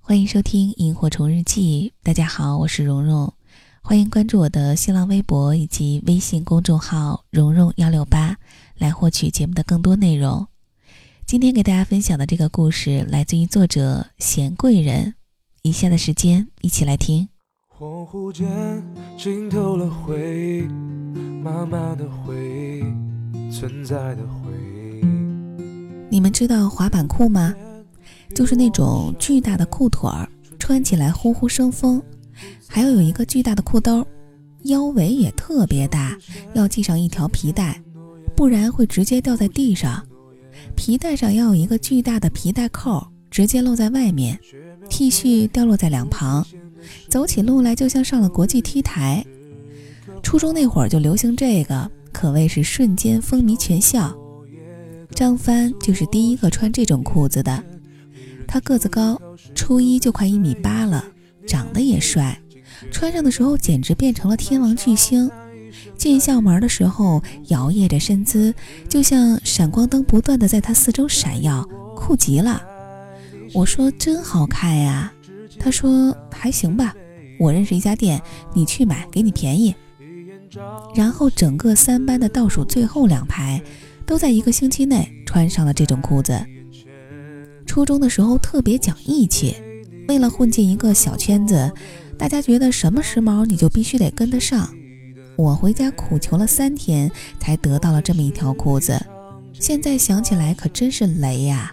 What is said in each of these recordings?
欢迎收听萤火虫日记，大家好，我是蓉蓉，欢迎关注我的新浪微博以及微信公众号蓉蓉168来获取节目的更多内容。今天给大家分享的这个故事来自于作者贤贵人，以下的时间一起来听。 恍惚间浸透了回忆，慢慢的回忆，存在的回忆。 你们知道滑板裤吗？就是那种巨大的裤腿儿，穿起来呼呼生风，还要有一个巨大的裤兜，腰围也特别大，要系上一条皮带，不然会直接掉在地上。皮带上要有一个巨大的皮带扣，直接露在外面， T 恤掉落在两旁，走起路来就像上了国际 T 台。初中那会儿就流行这个，可谓是瞬间风靡全校。张帆就是第一个穿这种裤子的。他个子高，初一就快1.8米了，长得也帅，穿上的时候简直变成了天王巨星。进校门的时候摇曳着身姿，就像闪光灯不断地在他四周闪耀，酷极了。我说真好看呀，他说还行吧，我认识一家店，你去买给你便宜。然后整个3班的倒数最后2排都在1个星期内穿上了这种裤子。初中的时候特别讲义气，为了混进一个小圈子，大家觉得什么时髦你就必须得跟得上。我回家苦求了3天才得到了这么一条裤子，现在想起来可真是雷呀。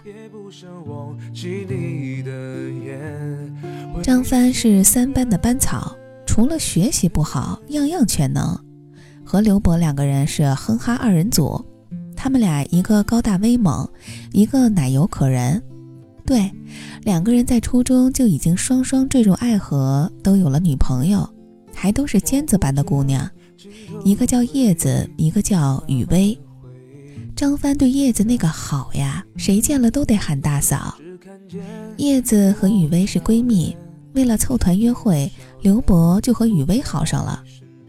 张帆是3班的班草，除了学习不好，样样全能。和刘博2个人是哼哈2人组，他们俩一个高大威猛，一个奶油可人。对，2个人在初中就已经双双坠入爱河，都有了女朋友，还都是尖子班的姑娘，一个叫叶子，一个叫雨薇。张帆对叶子那个好呀，谁见了都得喊大嫂。叶子和雨薇是闺蜜，为了凑团约会，刘博就和雨薇好上了。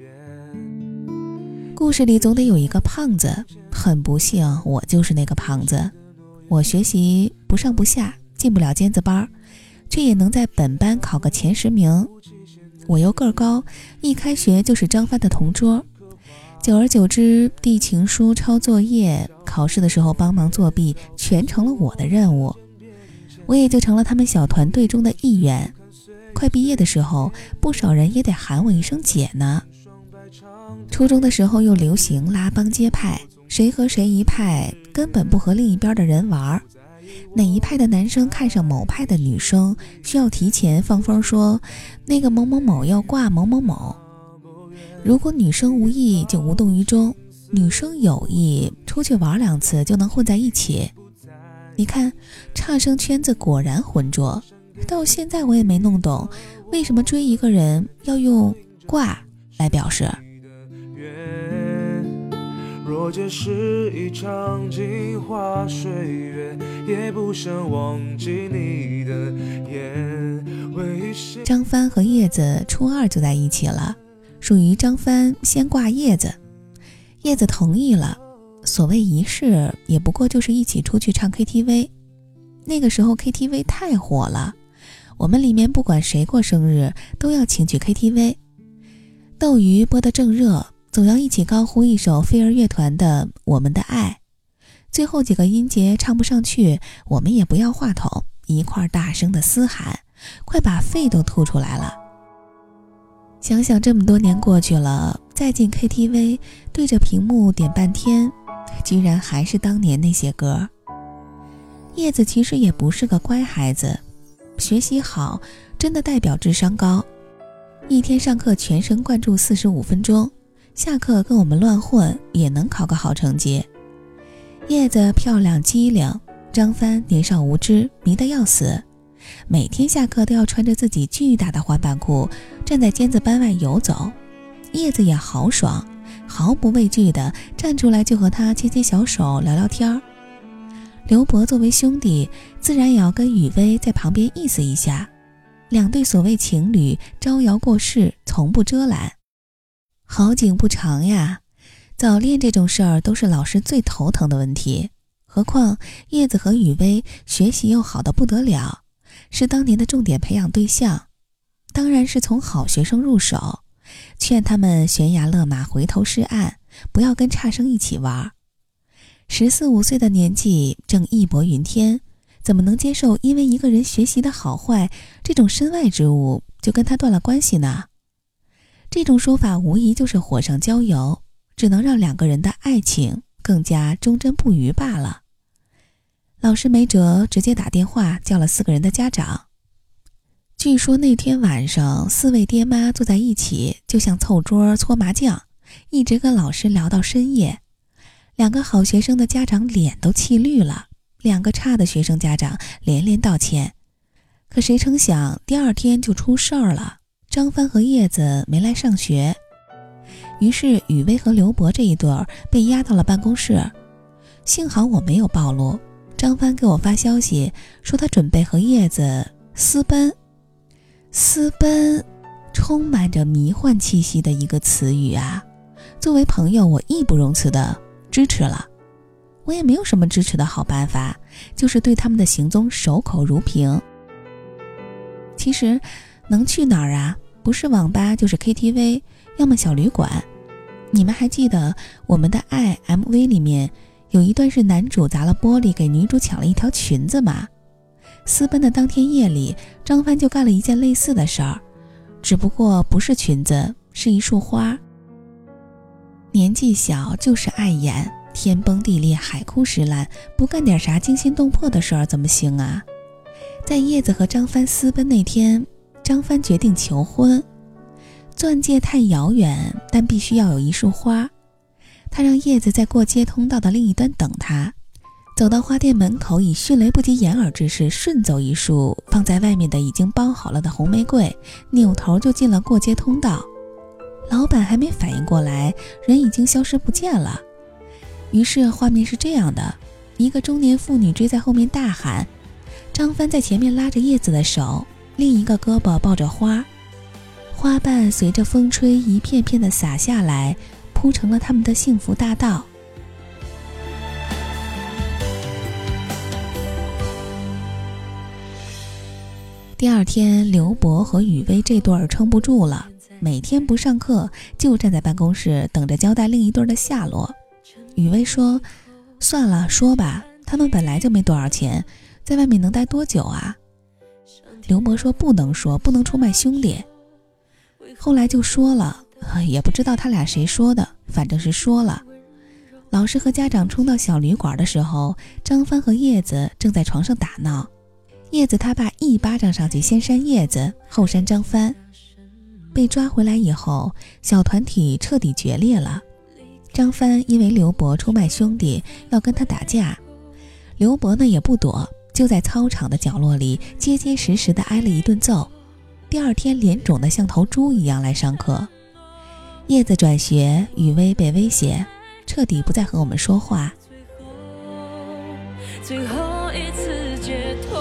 故事里总得有一个胖子，很不幸我就是那个胖子。我学习不上不下，进不了尖子班，却也能在本班考个前10名。我又个儿高，一开学就是张帆的同桌，久而久之，递情书、抄作业，考试的时候帮忙作弊，全成了我的任务，我也就成了他们小团队中的一员。快毕业的时候，不少人也得喊我一声姐呢。初中的时候又流行拉帮结派，谁和谁一派，根本不和另一边的人玩。哪一派的男生看上某派的女生，需要提前放风说那个某某某要挂某某某。如果女生无意就无动于衷，女生有意出去玩2次就能混在一起。你看差生圈子果然浑浊，到现在我也没弄懂为什么追一个人要用挂来表示。 若这是一场镜花水月，也不想忘记你的眼。 张帆和叶子初2就在一起了，属于张帆先挂叶子，叶子同意了。所谓仪式也不过就是一起出去唱 KTV。 那个时候 KTV 太火了，我们里面不管谁过生日都要请去 KTV。 斗鱼播得正热，总要一起高呼一首飞儿乐团的《我们的爱》，最后几个音节唱不上去，我们也不要话筒，一块大声的嘶喊，快把肺都吐出来了。想想这么多年过去了，再进 KTV 对着屏幕点半天，居然还是当年那些歌。叶子其实也不是个乖孩子，学习好真的代表智商高，一天上课全神贯注45分钟，下课跟我们乱混也能考个好成绩。叶子漂亮机灵，张帆年少无知，迷得要死，每天下课都要穿着自己巨大的滑板裤站在尖子班外游走。叶子也豪爽，毫不畏惧的站出来就和他牵牵小手聊聊天。刘博作为兄弟，自然也要跟雨薇在旁边意思一下，2对所谓情侣招摇过市，从不遮拦。好景不长呀，早恋这种事儿都是老师最头疼的问题，何况叶子和雨薇学习又好得不得了， 是当年的重点培养对象，当然是从好学生入手，劝他们悬崖勒马，回头是岸，不要跟差生一起玩。14、15岁的年纪正义薄云天，怎么能接受因为一个人学习的好坏这种身外之物就跟他断了关系呢？这种说法无疑就是火上浇油，只能让两个人的爱情更加忠贞不渝罢了。老师没辙，直接打电话叫了4个人的家长。据说那天晚上4位爹妈坐在一起，就像凑桌搓麻将，一直跟老师聊到深夜。2个好学生的家长脸都气绿了，2个差的学生家长连连道歉。可谁成想第2天就出事儿了，张帆和叶子没来上学。于是雨薇和刘博这一对儿被押到了办公室。幸好我没有暴露，张帆给我发消息说他准备和叶子私奔。私奔，充满着迷幻气息的一个词语啊！作为朋友，我义不容辞的支持了。我也没有什么支持的好办法，就是对他们的行踪守口如瓶。其实能去哪儿啊？不是网吧就是 KTV， 要么小旅馆。你们还记得我们的爱 MV 里面有一段是男主砸了玻璃给女主抢了一条裙子吗？私奔的当天夜里，张帆就干了一件类似的事儿，只不过不是裙子，是一束花。年纪小就是爱演，天崩地裂海枯石烂，不干点啥惊心动魄的事儿怎么行啊？在叶子和张帆私奔那天，张帆决定求婚。钻戒太遥远，但必须要有一束花。他让叶子在过街通道的另一端等他，走到花店门口，以迅雷不及掩耳之势顺走一束放在外面的已经包好了的红玫瑰，扭头就进了过街通道。老板还没反应过来，人已经消失不见了。于是画面是这样的，一个中年妇女追在后面大喊，张帆在前面拉着叶子的手，另一个胳膊抱着花，花瓣随着风吹一片片的洒下来，铺成了他们的幸福大道。第2天，刘博和雨薇这对儿撑不住了，每天不上课就站在办公室等着交代另一对的下落。雨薇说，算了，说吧，他们本来就没多少钱，在外面能待多久啊？刘博说，不能说，不能出卖兄弟。后来就说了，也不知道他俩谁说的，反正是说了。老师和家长冲到小旅馆的时候，张帆和叶子正在床上打闹。叶子他爸一巴掌上去，先扇叶子，后扇张帆。被抓回来以后，小团体彻底决裂了。张帆因为刘博出卖兄弟，要跟他打架。刘博呢也不躲，就在操场的角落里结结实实地挨了一顿揍。第2天脸肿得像头猪一样来上课。叶子转学，雨薇被威胁，彻底不再和我们说话。最后一次解脱，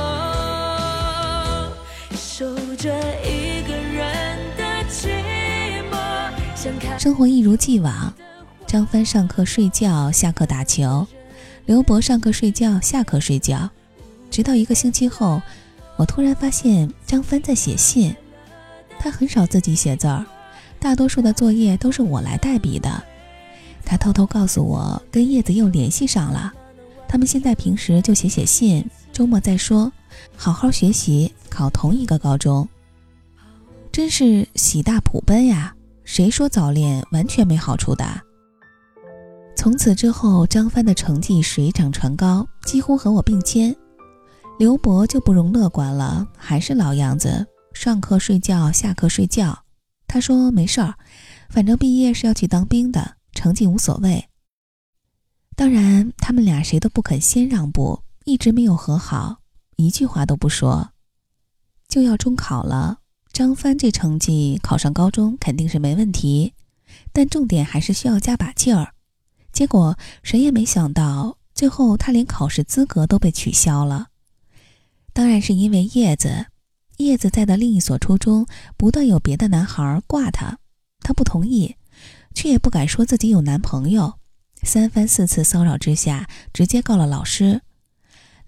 守着一个人的寂寞。生活一如既往，张帆上课睡觉，下课打球，刘博上课睡觉，下课睡觉。直到1个星期后，我突然发现张帆在写信。他很少自己写字儿，大多数的作业都是我来代笔的。他偷偷告诉我跟叶子又联系上了，他们现在平时就写写信，周末再说，好好学习，考同一个高中。真是喜大普奔呀，谁说早恋完全没好处的？从此之后，张帆的成绩水涨船高，几乎和我并肩。刘博就不容乐观了，还是老样子，上课睡觉，下课睡觉。他说没事儿，反正毕业是要去当兵的，成绩无所谓。当然他们俩谁都不肯先让步，一直没有和好，一句话都不说。就要中考了，张帆这成绩考上高中肯定是没问题，但重点还是需要加把劲儿。结果谁也没想到，最后他连考试资格都被取消了。当然是因为叶子在的另一所初中不断有别的男孩挂她，她不同意，却也不敢说自己有男朋友，3番4次骚扰之下直接告了老师。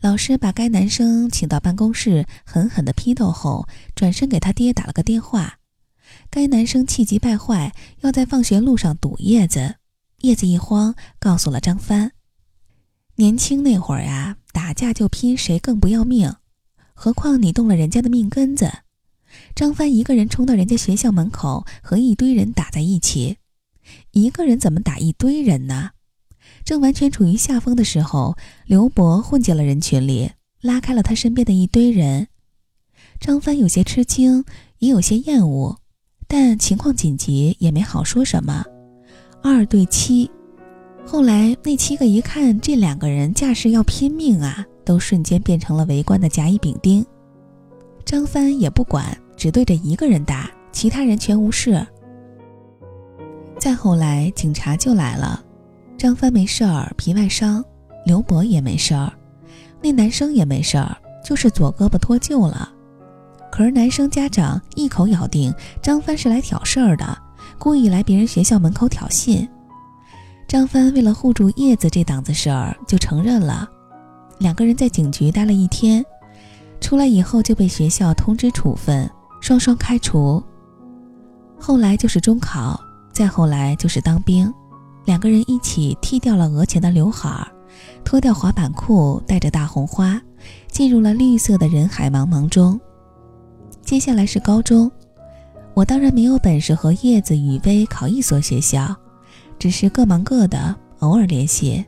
老师把该男生请到办公室，狠狠地批斗后，转身给他爹打了个电话。该男生气急败坏，要在放学路上堵叶子。叶子一慌，告诉了张帆。年轻那会儿呀，打架就拼谁更不要命，何况你动了人家的命根子。张帆一个人冲到人家学校门口，和一堆人打在一起。一个人怎么打一堆人呢？正完全处于下风的时候，刘博混进了人群里，拉开了他身边的一堆人。张帆有些吃惊，也有些厌恶，但情况紧急，也没好说什么。2对7，后来那7个一看这2个人架势要拼命啊，都瞬间变成了围观的甲乙丙丁。张帆也不管，只对着一个人打，其他人全无视。再后来警察就来了，张帆没事儿，皮外伤，刘博也没事儿，那男生也没事儿，就是左胳膊脱臼了。可是男生家长一口咬定张帆是来挑事儿的，故意来别人学校门口挑衅。张帆为了护住叶子这档子事儿，就承认了。2个人在警局待了1天，出来以后就被学校通知处分，双双开除。后来就是中考，再后来就是当兵。2个人一起剃掉了额前的刘海，脱掉滑板裤，带着大红花，进入了绿色的人海茫茫中。接下来是高中，我当然没有本事和叶子、雨薇考一所学校，只是各忙各的，偶尔联系。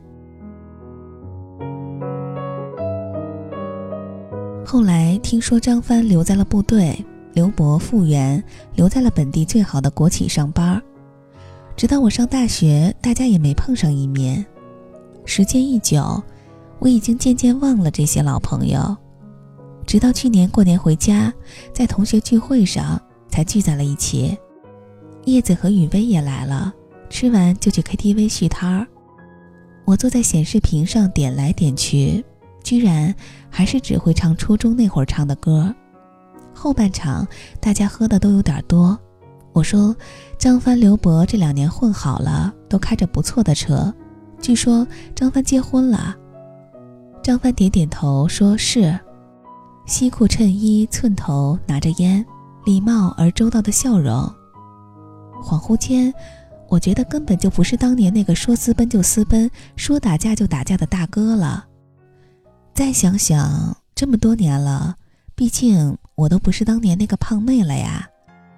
后来听说张帆留在了部队，刘博复员，留在了本地最好的国企上班。直到我上大学，大家也没碰上一面。时间一久，我已经渐渐忘了这些老朋友。直到去年过年回家，在同学聚会上才聚在了一起。叶子和雨薇也来了，吃完就去 KTV 续摊儿。我坐在显示屏上点来点去，居然还是只会唱初中那会儿唱的歌。后半场大家喝的都有点多，我说张帆、刘博这2年混好了，都开着不错的车，据说张帆结婚了。张帆点点头说是。西裤衬衣，寸头，拿着烟，礼貌而周到的笑容。恍惚间，我觉得根本就不是当年那个说私奔就私奔，说打架就打架的大哥了。再想想，这么多年了，毕竟我都不是当年那个胖妹了呀。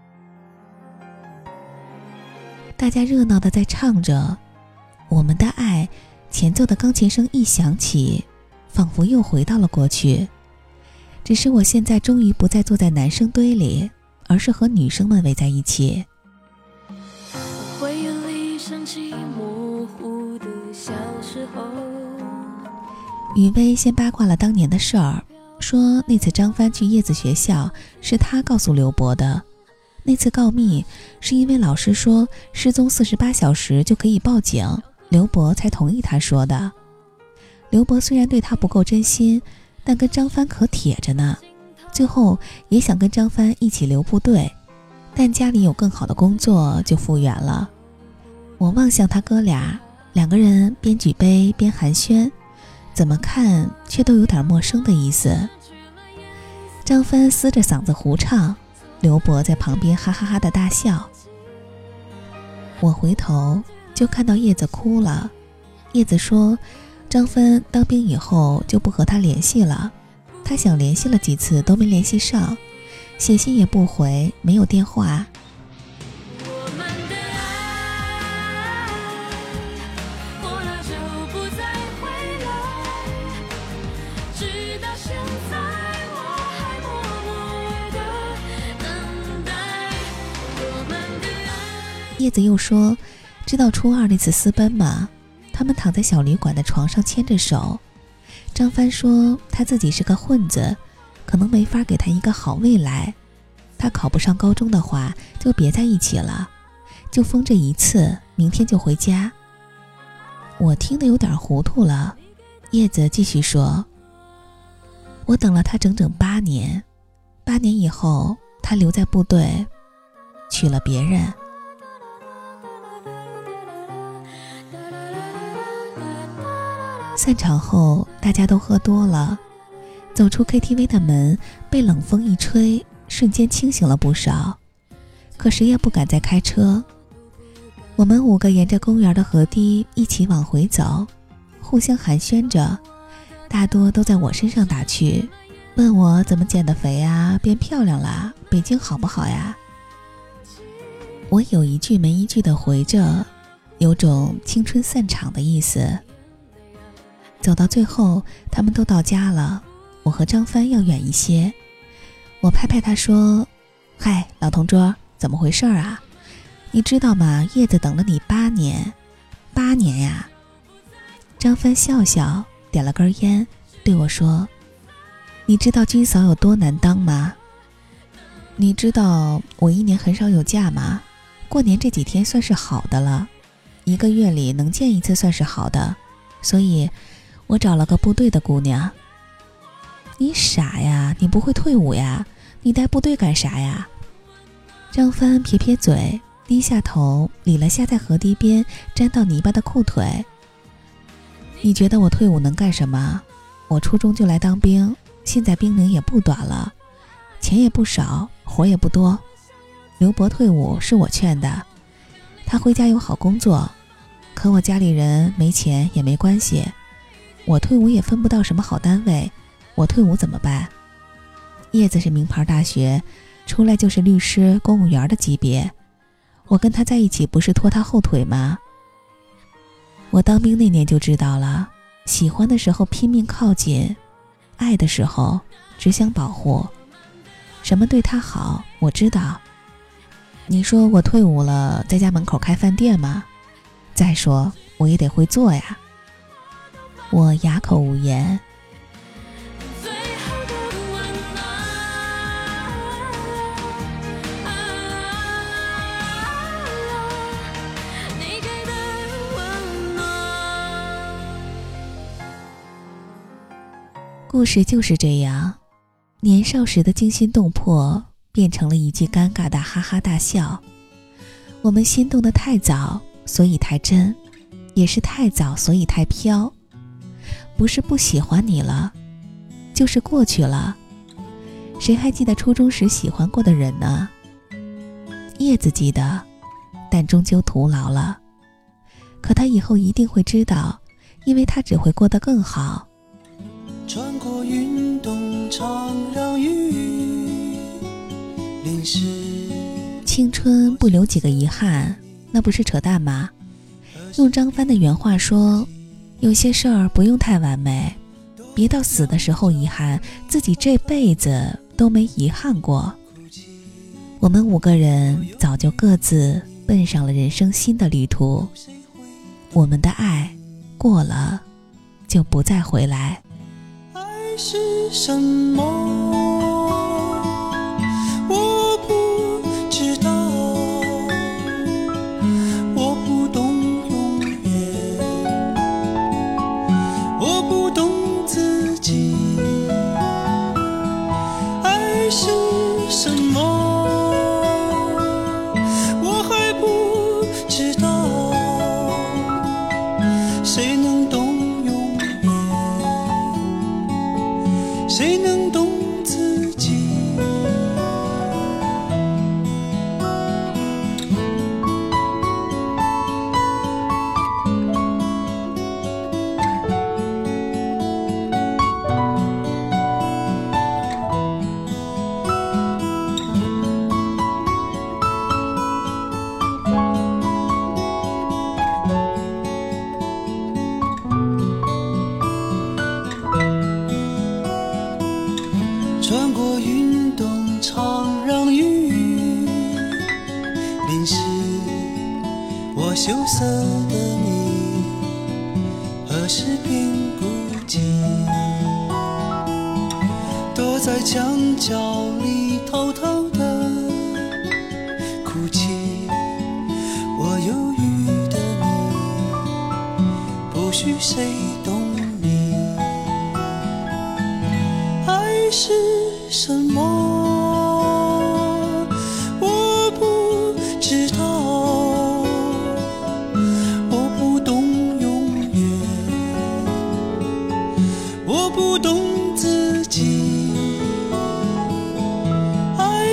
大家热闹地在唱着我们的爱，前奏的钢琴声一响起，仿佛又回到了过去。只是我现在终于不再坐在男生堆里，而是和女生们围在一起。 回忆里想起模糊的小时候。 雨薇先八卦了当年的事儿，说那次张帆去叶子学校是他告诉刘博的。那次告密是因为老师说失踪48小时就可以报警，刘博才同意他说的。刘博虽然对他不够真心，但跟张帆可铁着呢，最后也想跟张帆一起留部队，但家里有更好的工作，就复原了。我望向他哥俩，2个人边举杯边寒暄，怎么看却都有点陌生的意思。张帆撕着嗓子胡唱，刘博在旁边哈哈哈的大笑。我回头就看到叶子哭了。叶子说张帆当兵以后就不和他联系了，他想联系了几次都没联系上，写信也不回，没有电话。叶子又说，知道初2那次私奔吗？他们躺在小旅馆的床上牵着手。张帆说他自己是个混子，可能没法给他一个好未来，他考不上高中的话就别在一起了，就疯这一次，明天就回家。我听得有点糊涂了。叶子继续说，我等了他整整8年，8年以后他留在部队娶了别人。散场后大家都喝多了， 走出 KTV 的门，被冷风一吹，瞬间清醒了不少，可谁也不敢再开车。我们5个沿着公园的河堤一起往回走，互相寒暄着，大多都在我身上打趣，问我怎么减的肥啊，变漂亮啦，北京好不好呀？我有一句没一句地回着，有种青春散场的意思。走到最后，他们都到家了，我和张帆要远一些。我拍拍他说：“嗨，老同桌，怎么回事啊？你知道吗？叶子等了你8年，8年呀！”张帆笑笑，点了根烟，对我说：“你知道军嫂有多难当吗？你知道我1年很少有假吗？过年这几天算是好的了，1个月里能见1次算是好的，所以我找了个部队的姑娘。”你傻呀，你不会退伍呀？你带部队干啥呀？张帆撇撇嘴，低下头理了下在河堤边沾到泥巴的裤腿。你觉得我退伍能干什么？我初中就来当兵，现在兵龄也不短了，钱也不少，活也不多。刘伯退伍是我劝的，他回家有好工作，可我家里人没钱也没关系，我退伍也分不到什么好单位，我退伍怎么办？叶子是名牌大学，出来就是律师、公务员的级别，我跟他在一起不是拖他后腿吗？我当兵那年就知道了，喜欢的时候拼命靠近，爱的时候只想保护。什么对他好，我知道。你说我退伍了，在家门口开饭店吗？再说我也得会做呀。我哑口无言。故事就是这样，年少时的惊心动魄变成了一句尴尬的哈哈大笑。我们心动得太早，所以太真，也是太早，所以太飘。不是不喜欢你了，就是过去了。谁还记得初中时喜欢过的人呢？叶子记得，但终究徒劳了。可他以后一定会知道，因为他只会过得更好。 穿过云动常让雨淋湿。 青春不留几个遗憾，那不是扯淡吗？用张帆的原话说，有些事儿不用太完美，别到死的时候遗憾，自己这辈子都没遗憾过。我们5个人早就各自奔上了人生新的旅途，我们的爱过了就不再回来。 是什么？我不知道，我不懂永远，我不懂自己。爱是什么？我还不知道，谁能懂？谁能懂自己？穿过云动常让雨淋湿我羞涩的你，何时变孤寂？躲在墙角里偷偷的哭泣，我忧郁的你，不许谁懂你。爱是什么？我不知道，我不懂永远，我不懂自己。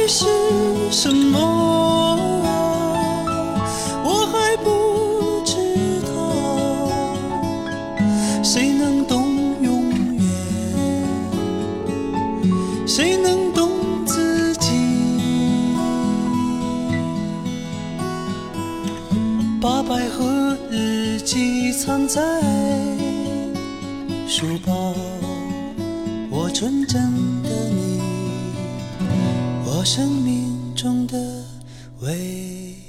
是什么，我还不知道。谁能懂永远？谁能懂自己？把百合日记藏在书包，我纯真的你，我生命中的唯一。